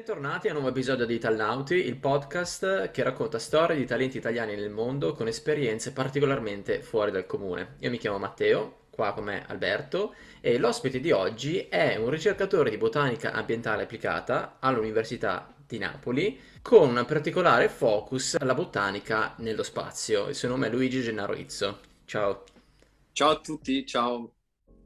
Bentornati a un nuovo episodio di Italnauti, il podcast che racconta storie di talenti italiani nel mondo con esperienze particolarmente fuori dal comune. Io mi chiamo Matteo, qua con me Alberto, e l'ospite di oggi è un ricercatore di botanica ambientale applicata all'Università di Napoli, con un particolare focus alla botanica nello spazio. Il suo nome è Luigi Gennaro Izzo. Ciao. Ciao a tutti, ciao.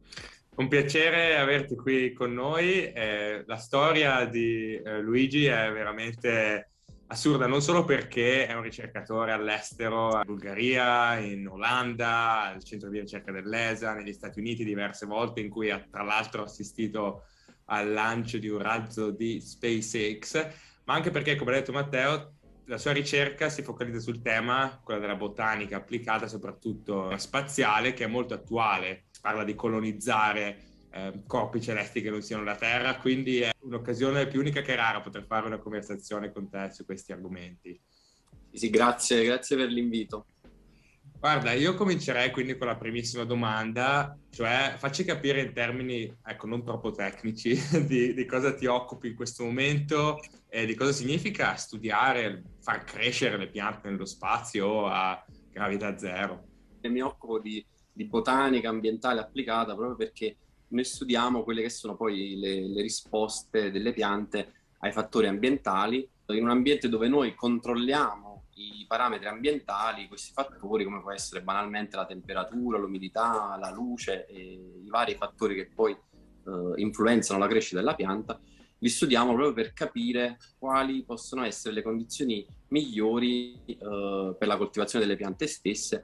Un piacere averti qui con noi. La storia di Luigi è veramente assurda, non solo perché è un ricercatore all'estero, in Bulgaria, in Olanda, al centro di ricerca dell'ESA, negli Stati Uniti diverse volte, in cui ha tra l'altro assistito al lancio di un razzo di SpaceX, ma anche perché, come ha detto Matteo, la sua ricerca si focalizza sul tema, quella della botanica applicata soprattutto spaziale, che è molto attuale. Parla di colonizzare corpi celesti che non siano la Terra, quindi è un'occasione più unica che rara poter fare una conversazione con te su questi argomenti. Sì, grazie per l'invito. Guarda, io comincerei quindi con la primissima domanda, cioè facci capire in termini, ecco, non troppo tecnici, di cosa ti occupi in questo momento e di cosa significa studiare, far crescere le piante nello spazio a gravità zero. Mi occupo di botanica ambientale applicata proprio perché noi studiamo quelle che sono poi le risposte delle piante ai fattori ambientali. In un ambiente dove noi controlliamo i parametri ambientali, questi fattori come può essere banalmente la temperatura, l'umidità, la luce e i vari fattori che poi influenzano la crescita della pianta, li studiamo proprio per capire quali possono essere le condizioni migliori per la coltivazione delle piante stesse.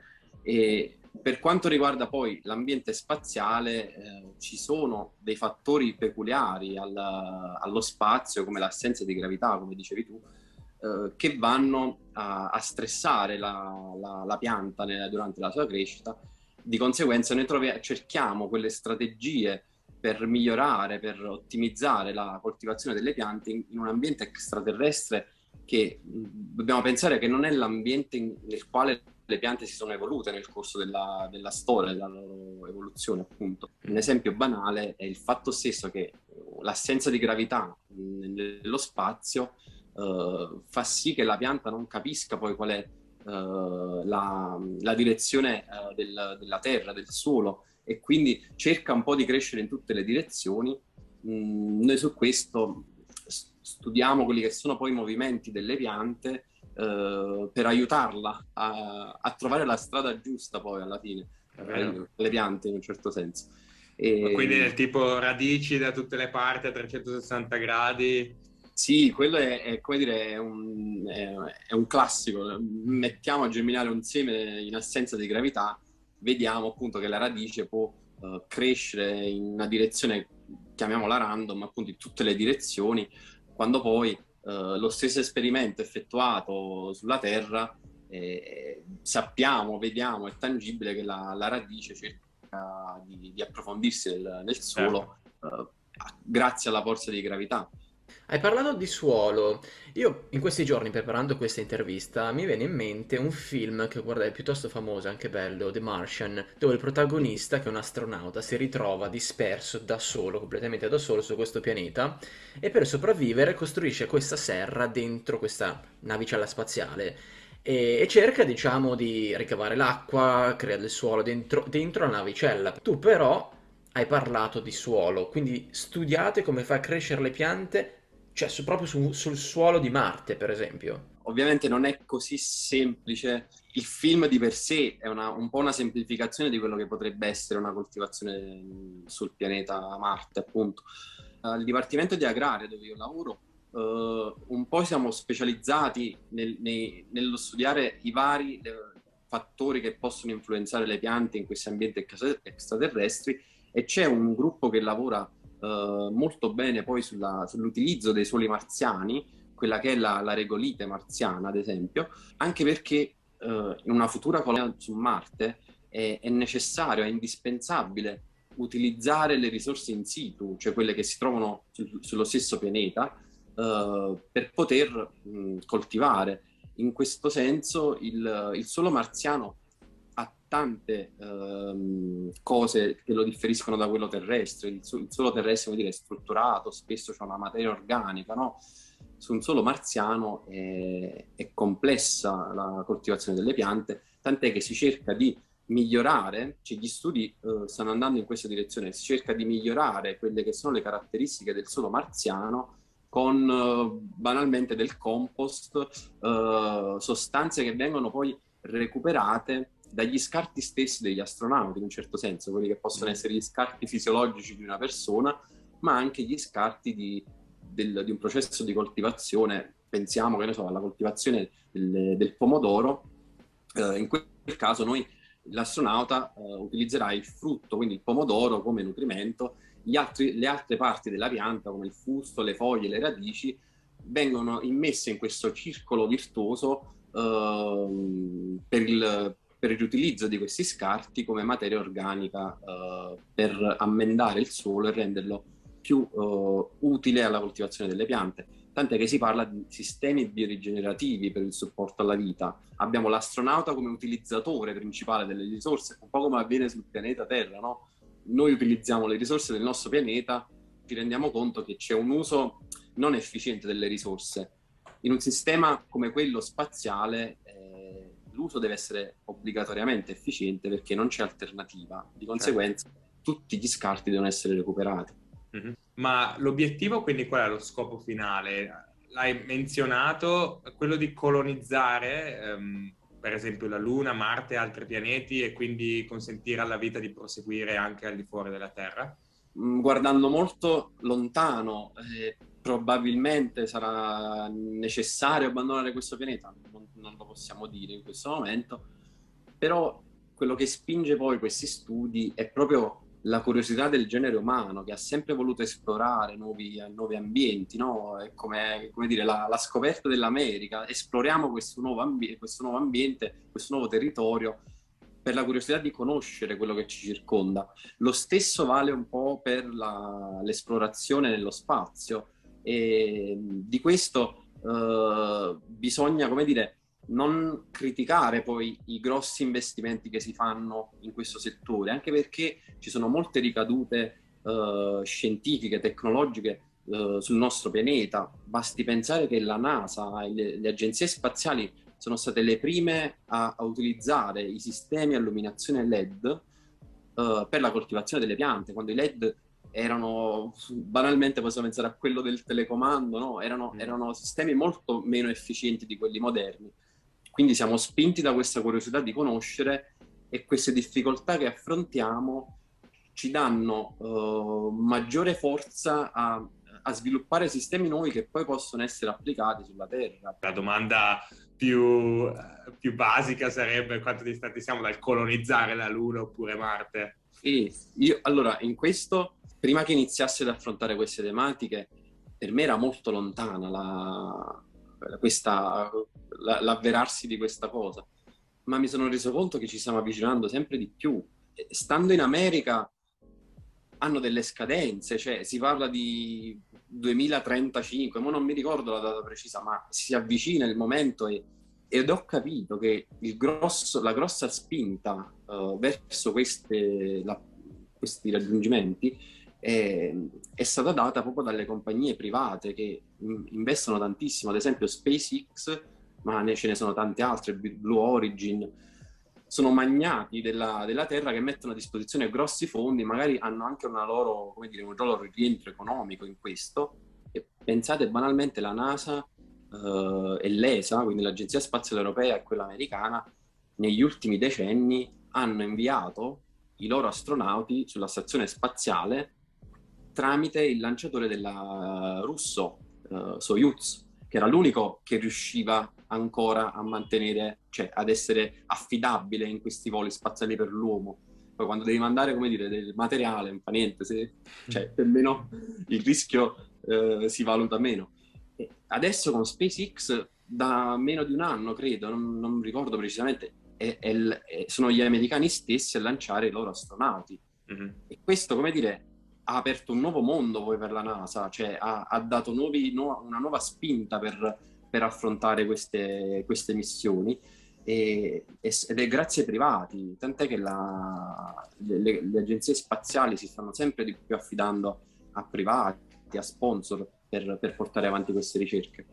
E per quanto riguarda poi l'ambiente spaziale, ci sono dei fattori peculiari allo spazio, come l'assenza di gravità, come dicevi tu, che vanno a stressare la pianta durante la sua crescita. Di conseguenza noi cerchiamo quelle strategie per migliorare, per ottimizzare la coltivazione delle piante in un ambiente extraterrestre che dobbiamo pensare che non è l'ambiente nel quale le piante si sono evolute nel corso della storia, della loro evoluzione, appunto. Un esempio banale è il fatto stesso che l'assenza di gravità nello spazio fa sì che la pianta non capisca poi qual è la direzione della terra, del suolo, e quindi cerca un po' di crescere in tutte le direzioni. Noi su questo studiamo quelli che sono poi i movimenti delle piante per aiutarla a trovare la strada giusta poi alla fine, le piante in un certo senso. Quindi del tipo radici da tutte le parti a 360 gradi? Sì, quello è come dire, è un classico. Mettiamo a germinare un seme in assenza di gravità, vediamo appunto che la radice può crescere in una direzione, chiamiamola random, appunto in tutte le direzioni, quando poi lo stesso esperimento effettuato sulla Terra, sappiamo, vediamo, è tangibile che la radice cerca di approfondirsi nel suolo grazie alla forza di gravità. Hai parlato di suolo. Io in questi giorni, preparando questa intervista, mi viene in mente un film che guardai piuttosto famoso, anche bello, The Martian, dove il protagonista, che è un astronauta, si ritrova disperso da solo, completamente da solo su questo pianeta e per sopravvivere costruisce questa serra dentro questa navicella spaziale e cerca, diciamo, di ricavare l'acqua, crea del suolo dentro la navicella. Tu però hai parlato di suolo, quindi studiate come far crescere le piante, cioè proprio sul suolo di Marte, per esempio. Ovviamente non è così semplice. Il film di per sé è un po' una semplificazione di quello che potrebbe essere una coltivazione sul pianeta Marte, appunto. Al Dipartimento di Agraria, dove io lavoro, un po' siamo specializzati nello studiare i vari fattori che possono influenzare le piante in questi ambienti extraterrestri, e c'è un gruppo che lavora molto bene poi sull'utilizzo dei suoli marziani, quella che è la regolite marziana, ad esempio, anche perché in una futura colonia su Marte è necessario, è indispensabile utilizzare le risorse in situ, cioè quelle che si trovano sullo stesso pianeta, per poter coltivare. In questo senso il suolo marziano ha tante cose che lo differiscono da quello terrestre. Il suolo terrestre, vuol dire, è strutturato, spesso c'è una materia organica, no? su un solo marziano è complessa la coltivazione delle piante, tant'è che si cerca di migliorare, cioè gli studi stanno andando in questa direzione, si cerca di migliorare quelle che sono le caratteristiche del solo marziano con banalmente del compost, sostanze che vengono poi recuperate dagli scarti stessi degli astronauti, in un certo senso, quelli che possono essere gli scarti fisiologici di una persona, ma anche gli scarti di un processo di coltivazione. Pensiamo, che ne so, alla coltivazione del pomodoro. In quel caso l'astronauta utilizzerà il frutto, quindi il pomodoro, come nutrimento. Le altre parti della pianta, come il fusto, le foglie, le radici, vengono immesse in questo circolo virtuoso per il riutilizzo di questi scarti come materia organica per ammendare il suolo e renderlo più utile alla coltivazione delle piante. Tant'è che si parla di sistemi biorigenerativi per il supporto alla vita. Abbiamo l'astronauta come utilizzatore principale delle risorse, un po' come avviene sul pianeta Terra, no? Noi utilizziamo le risorse del nostro pianeta, ci rendiamo conto che c'è un uso non efficiente delle risorse. In un sistema come quello spaziale l'uso deve essere obbligatoriamente efficiente perché non c'è alternativa. Di conseguenza tutti gli scarti devono essere recuperati. Mm-hmm. Ma l'obiettivo quindi qual è lo scopo finale? L'hai menzionato, quello di colonizzare per esempio la Luna, Marte e altri pianeti e quindi consentire alla vita di proseguire anche al di fuori della Terra? Guardando molto lontano, probabilmente sarà necessario abbandonare questo pianeta, non lo possiamo dire in questo momento, però quello che spinge poi questi studi è proprio la curiosità del genere umano, che ha sempre voluto esplorare nuovi ambienti, no? È come dire, la scoperta dell'America. Esploriamo questo nuovo ambiente, questo nuovo territorio, per la curiosità di conoscere quello che ci circonda. Lo stesso vale un po' per l'esplorazione nello spazio, e di questo bisogna, come dire, non criticare poi i grossi investimenti che si fanno in questo settore, anche perché ci sono molte ricadute scientifiche, tecnologiche sul nostro pianeta. Basti pensare che la NASA e le agenzie spaziali sono state le prime a utilizzare i sistemi a illuminazione LED per la coltivazione delle piante, quando i LED erano, banalmente possiamo pensare a quello del telecomando, no? Erano sistemi molto meno efficienti di quelli moderni. Quindi siamo spinti da questa curiosità di conoscere, e queste difficoltà che affrontiamo ci danno maggiore forza a sviluppare sistemi nuovi che poi possono essere applicati sulla Terra. La domanda più basica sarebbe quanto distanti siamo dal colonizzare la Luna oppure Marte? E allora, in questo, prima che iniziasse ad affrontare queste tematiche, per me era molto lontana l'avverarsi di questa cosa, ma mi sono reso conto che ci stiamo avvicinando sempre di più. Stando in America hanno delle scadenze, cioè si parla di 2035, ma non mi ricordo la data precisa, ma si avvicina il momento ed ho capito che la grossa spinta verso questi raggiungimenti è stata data proprio dalle compagnie private che investono tantissimo, ad esempio SpaceX, ma ce ne sono tante altre, Blue Origin. Sono magnati della Terra che mettono a disposizione grossi fondi, magari hanno anche un loro rientro economico in questo. E pensate, banalmente, la NASA e l'ESA, quindi l'Agenzia Spaziale Europea e quella americana, negli ultimi decenni hanno inviato i loro astronauti sulla stazione spaziale tramite il lanciatore russo, Soyuz, che era l'unico che riusciva ancora a mantenere, cioè ad essere affidabile in questi voli spaziali per l'uomo. Poi quando devi mandare, come dire, del materiale, non fa niente, cioè per meno il rischio si valuta meno. E adesso con SpaceX, da meno di un anno, credo, non ricordo precisamente, sono gli americani stessi a lanciare i loro astronauti. Mm-hmm. E questo, come dire, ha aperto un nuovo mondo poi per la NASA, cioè ha dato una nuova spinta per affrontare queste missioni, ed è grazie ai privati, tant'è che le agenzie spaziali si stanno sempre di più affidando a privati, a sponsor per portare avanti queste ricerche.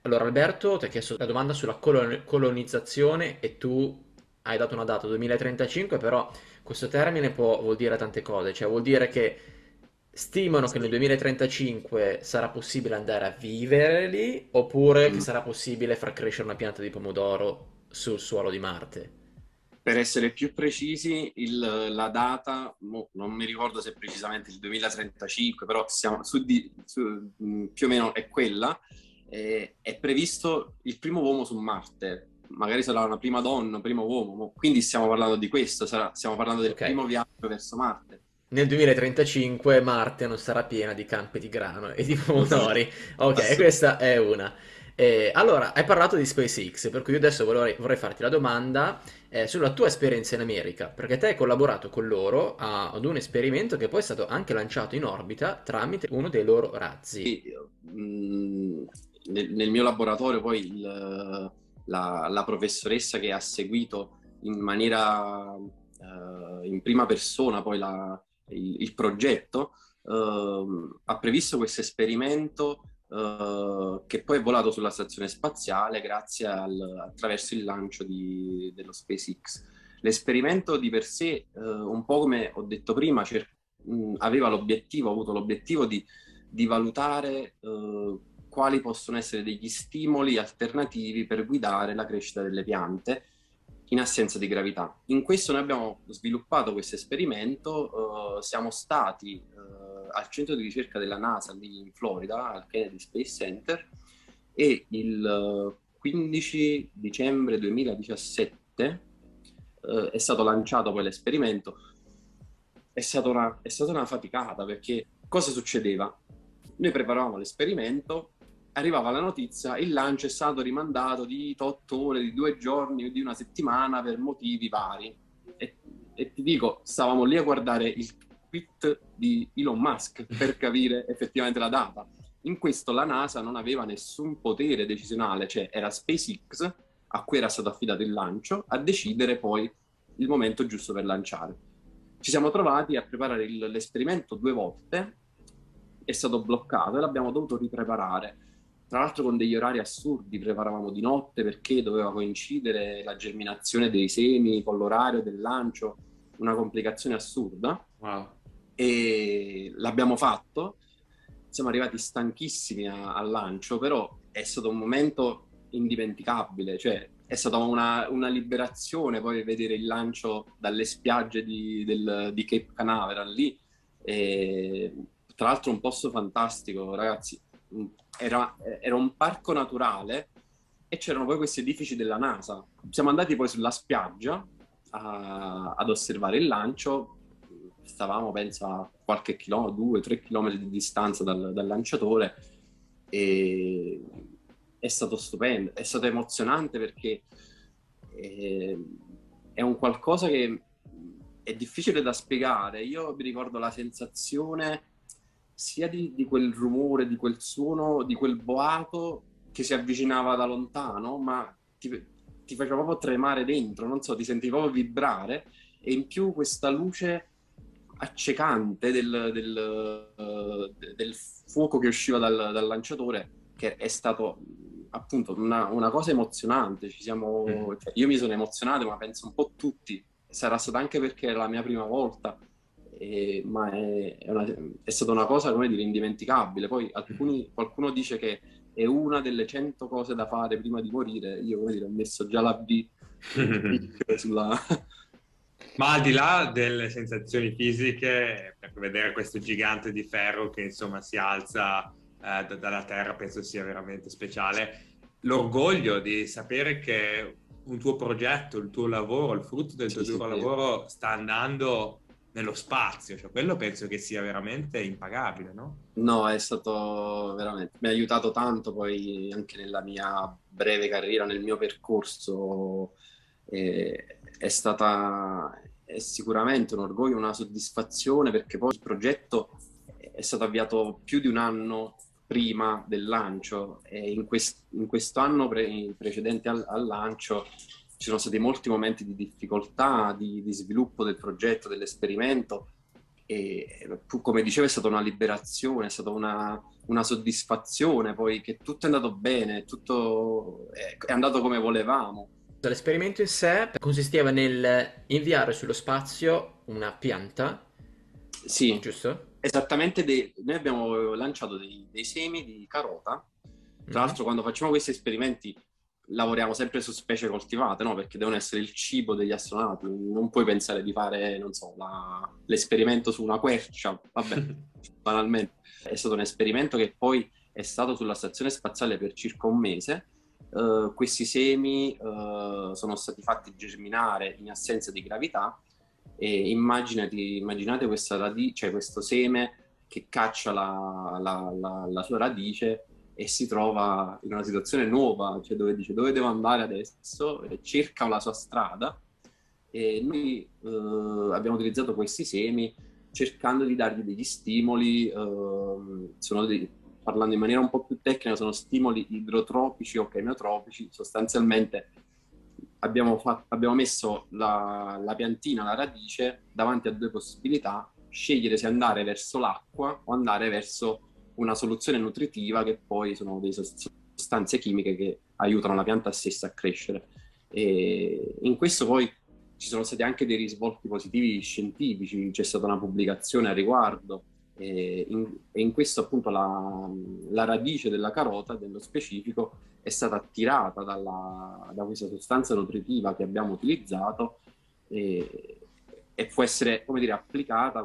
Allora, Alberto ti ha chiesto la domanda sulla colonizzazione e tu hai dato una data 2035, però questo termine vuol dire tante cose, cioè vuol dire che stimano che nel 2035 sarà possibile andare a vivere lì, oppure che Mm. sarà possibile far crescere una pianta di pomodoro sul suolo di Marte. Per essere più precisi, la data, non mi ricordo se è precisamente il 2035, però siamo più o meno è quella. È previsto il primo uomo su Marte, magari sarà una prima donna, un primo uomo, quindi stiamo parlando di questo, stiamo parlando del Ok. primo viaggio verso Marte. Nel 2035 Marte non sarà piena di campi di grano e di Esatto. pomodori. Ok, questa è una. Allora, hai parlato di SpaceX, per cui io adesso vorrei farti la domanda sulla tua esperienza in America, perché te hai collaborato con loro ad un esperimento che poi è stato anche lanciato in orbita tramite uno dei loro razzi. Mh, nel mio laboratorio poi la professoressa che ha seguito in maniera in prima persona poi il progetto ha previsto questo esperimento che poi è volato sulla stazione spaziale grazie attraverso il lancio dello SpaceX. L'esperimento di per sé, un po' come ho detto prima, aveva l'obiettivo, ha avuto l'obiettivo di valutare quali possono essere degli stimoli alternativi per guidare la crescita delle piante in assenza di gravità. In questo noi abbiamo sviluppato questo esperimento, siamo stati al centro di ricerca della NASA lì in Florida, al Kennedy Space Center, e il 15 dicembre 2017 è stato lanciato poi l'esperimento. È stata una faticata, perché cosa succedeva? Noi preparavamo l'esperimento, arrivava la notizia, il lancio è stato rimandato di 8 ore, di 2 giorni, di una settimana per motivi vari. E ti dico, stavamo lì a guardare il tweet di Elon Musk per capire effettivamente la data. In questo la NASA non aveva nessun potere decisionale, cioè era SpaceX, a cui era stato affidato il lancio, a decidere poi il momento giusto per lanciare. Ci siamo trovati a preparare l'esperimento 2 volte, è stato bloccato e l'abbiamo dovuto ripreparare. Tra l'altro con degli orari assurdi, preparavamo di notte perché doveva coincidere la germinazione dei semi con l'orario del lancio, una complicazione assurda. Wow. E l'abbiamo fatto, siamo arrivati stanchissimi al lancio, però è stato un momento indimenticabile, cioè è stata una liberazione poi vedere il lancio dalle spiagge di Cape Canaveral lì. E, tra l'altro un posto fantastico, ragazzi, era un parco naturale e c'erano poi questi edifici della NASA. Siamo andati poi sulla spiaggia ad osservare il lancio, stavamo penso a qualche chilometro, 2-3 chilometri di distanza dal lanciatore, e è stato stupendo, è stato emozionante perché è un qualcosa che è difficile da spiegare. Io mi ricordo la sensazione sia di quel rumore, di quel suono, di quel boato che si avvicinava da lontano, ma ti faceva proprio tremare dentro, non so, ti sentivi proprio vibrare, e in più questa luce accecante del fuoco che usciva dal lanciatore, che è stato appunto una cosa emozionante. Cioè, io mi sono emozionato, ma penso un po' tutti. Sarà stata anche perché era la mia prima volta, ma è stata una cosa, come dire, indimenticabile. Poi qualcuno dice che è una delle 100 cose da fare prima di morire. Io, come dire, ho messo già la B sulla... Ma al di là delle sensazioni fisiche, per vedere questo gigante di ferro che insomma si alza dalla terra, penso sia veramente speciale. L'orgoglio di sapere che un tuo progetto, il tuo lavoro, il frutto del tuo duro lavoro sta andando nello spazio, cioè quello penso che sia veramente impagabile, no? No, è stato veramente, mi ha aiutato tanto poi anche nella mia breve carriera, nel mio percorso. È sicuramente un orgoglio, una soddisfazione, perché poi il progetto è stato avviato più di un anno prima del lancio, e in questo anno precedente al lancio ci sono stati molti momenti di difficoltà, di sviluppo del progetto, dell'esperimento, come dicevo, è stata una liberazione, è stata una soddisfazione, poi che tutto è andato bene, tutto è andato come volevamo. L'esperimento in sé consisteva nel inviare sullo spazio una pianta, Sì, giusto? esattamente, noi abbiamo lanciato dei semi di carota. Tra Mhm. l'altro, quando facciamo questi esperimenti lavoriamo sempre su specie coltivate, no? Perché devono essere il cibo degli astronauti. Non puoi pensare di fare, non so, l'esperimento su una quercia, vabbè, banalmente. È stato un esperimento che poi è stato sulla stazione spaziale per circa un mese. Questi semi sono stati fatti germinare in assenza di gravità e immaginate questa cioè questo seme che caccia la sua radice e si trova in una situazione nuova, cioè dove dice dove devo andare adesso, e cerca la sua strada, e noi abbiamo utilizzato questi semi cercando di dargli degli stimoli, parlando in maniera un po' più tecnica, sono stimoli idrotropici o chemiotropici. Sostanzialmente abbiamo messo la piantina, la radice, davanti a due possibilità: scegliere se andare verso l'acqua o andare verso una soluzione nutritiva, che poi sono delle sostanze chimiche che aiutano la pianta stessa a crescere. E in questo poi ci sono stati anche dei risvolti positivi scientifici, c'è stata una pubblicazione a riguardo, e in questo appunto la radice della carota, nello specifico, è stata attirata da questa sostanza nutritiva che abbiamo utilizzato, e può essere, come dire, applicata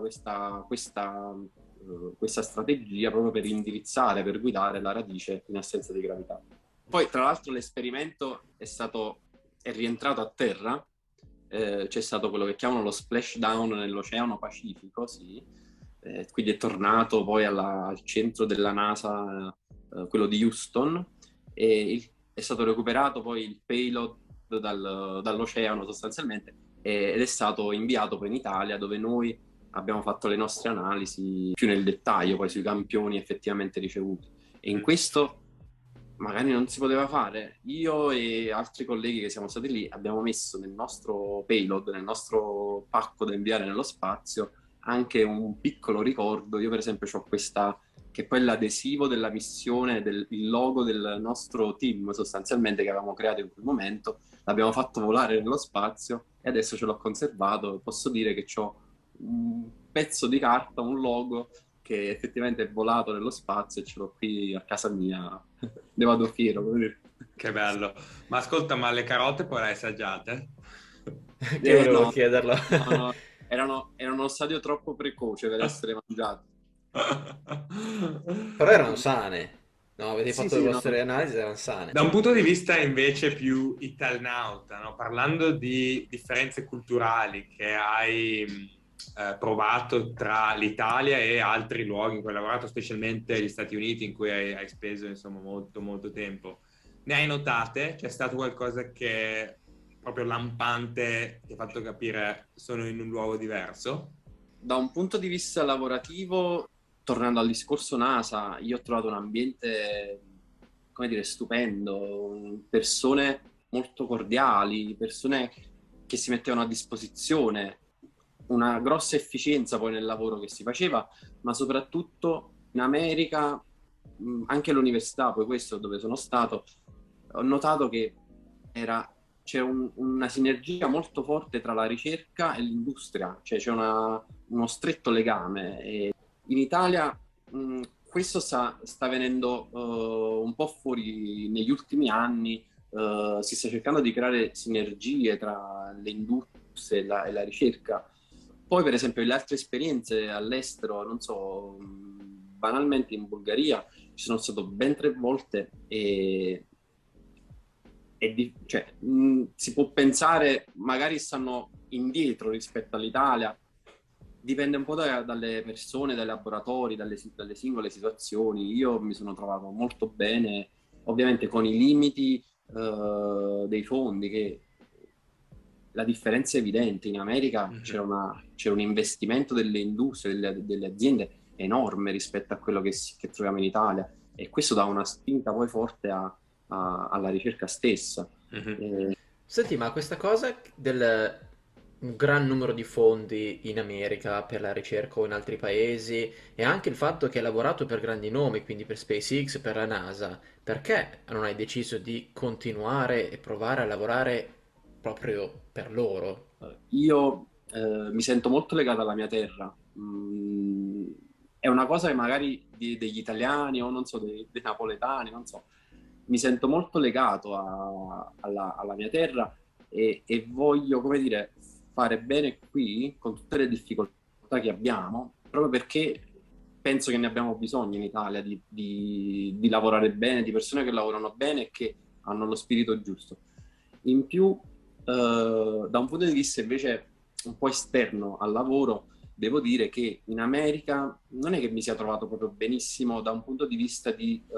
questa strategia proprio per indirizzare, per guidare la radice in assenza di gravità. Poi, tra l'altro, l'esperimento è rientrato a terra. C'è stato quello che chiamano lo splashdown nell'Oceano Pacifico, sì. Quindi è tornato poi al centro della NASA, quello di Houston, e è stato recuperato poi il payload dall'oceano sostanzialmente, ed è stato inviato poi in Italia, dove noi abbiamo fatto le nostre analisi più nel dettaglio poi sui campioni effettivamente ricevuti. E in questo magari non si poteva fare. Io e altri colleghi che siamo stati lì abbiamo messo nel nostro payload, nel nostro pacco da inviare nello spazio, anche un piccolo ricordo. Io per esempio ho questa, che poi è l'adesivo della missione, il logo del nostro team sostanzialmente, che avevamo creato in quel momento. L'abbiamo fatto volare nello spazio e adesso ce l'ho conservato. Posso dire che ho un pezzo di carta, un logo che effettivamente è volato nello spazio, e ce l'ho qui a casa mia. Ne vado fiero. Che bello. Ma ascolta, ma le carote poi le hai assaggiate? Che volevo No, chiederlo. no, erano uno stadio troppo precoce per essere mangiati. Però erano sane. No, avete Sì, fatto le sì, no. vostre analisi, erano sane. Da un punto di vista invece più italnauta, no? Parlando di differenze culturali che hai provato tra l'Italia e altri luoghi in cui hai lavorato, specialmente gli Stati Uniti, in cui hai speso insomma molto molto tempo, ne hai notate? C'è stato qualcosa che proprio lampante ti ha fatto capire sono in un luogo diverso? Da un punto di vista lavorativo, tornando al discorso NASA, io ho trovato un ambiente, come dire, stupendo, persone molto cordiali, persone che si mettevano a disposizione, una grossa efficienza poi nel lavoro che si faceva, ma soprattutto in America, anche all'università, poi questo dove sono stato, ho notato che c'è una sinergia molto forte tra la ricerca e l'industria, cioè c'è uno stretto legame. E in Italia questo sta venendo un po' fuori negli ultimi anni. Si sta cercando di creare sinergie tra le industrie e la ricerca. Poi, per esempio, le altre esperienze all'estero, non so, banalmente in Bulgaria ci sono stato ben 3 volte, cioè, si può pensare magari stanno indietro rispetto all'Italia. Dipende un po' dalle persone, dai laboratori, dalle singole situazioni. Io mi sono trovato molto bene, ovviamente con i limiti dei fondi, che la differenza è evidente. In America c'è un investimento delle industrie, delle aziende enorme rispetto a quello che troviamo in Italia, e questo dà una spinta poi forte alla ricerca stessa. Senti, ma questa cosa del un gran numero di fondi in America per la ricerca o in altri paesi e anche il fatto che hai lavorato per grandi nomi, quindi per SpaceX, per la NASA, perché non hai deciso di continuare e provare a lavorare proprio per loro? Io mi sento molto legato alla mia terra. È una cosa che magari degli italiani o non so, dei napoletani, non so. Mi sento molto legato alla mia terra e voglio, come dire, fare bene qui con tutte le difficoltà che abbiamo, proprio perché penso che ne abbiamo bisogno in Italia di lavorare bene, di persone che lavorano bene e che hanno lo spirito giusto. In più, da un punto di vista invece un po' esterno al lavoro, devo dire che in America non è che mi sia trovato proprio benissimo da un punto di vista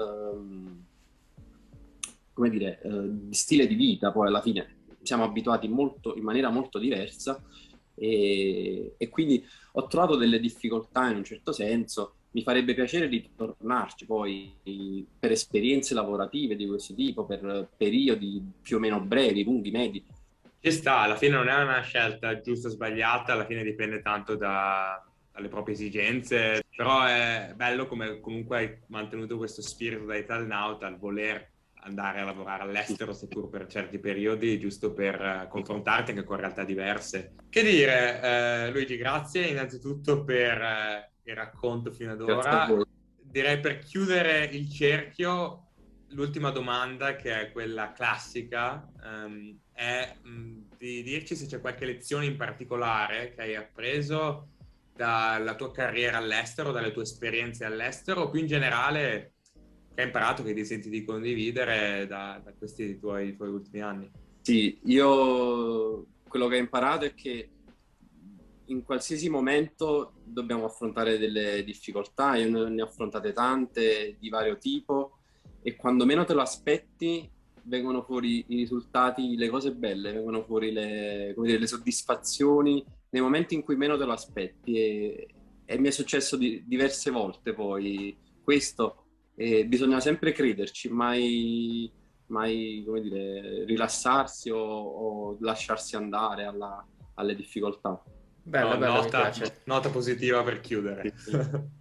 come dire, di stile di vita. Poi alla fine siamo abituati molto, in maniera molto diversa e quindi ho trovato delle difficoltà in un certo senso. Mi farebbe piacere ritornarci poi per esperienze lavorative di questo tipo, per periodi più o meno brevi, lunghi, medi. Ci sta, alla fine non è una scelta giusta o sbagliata, alla fine dipende tanto dalle proprie esigenze, però è bello come comunque hai mantenuto questo spirito da Italnauta, al voler andare a lavorare all'estero, seppur per certi periodi, giusto per confrontarti anche con realtà diverse. Che dire, Luigi, grazie innanzitutto per il racconto fino ad Grazie a ora. voi. Direi per chiudere il cerchio, l'ultima domanda, che è quella classica, è di dirci se c'è qualche lezione in particolare che hai appreso dalla tua carriera all'estero, dalle tue esperienze all'estero, o più in generale che hai imparato, che ti senti di condividere da questi tuoi ultimi anni. Sì, io quello che ho imparato è che in qualsiasi momento dobbiamo affrontare delle difficoltà. Io ne ho affrontate tante di vario tipo e quando meno te lo aspetti vengono fuori i risultati, le cose belle, vengono fuori come dire, le soddisfazioni nei momenti in cui meno te lo aspetti e mi è successo diverse volte poi questo, e bisogna sempre crederci, mai come dire, rilassarsi o lasciarsi andare alle difficoltà. Bella, No, bella, mi piace. nota positiva per chiudere. Sì, sì.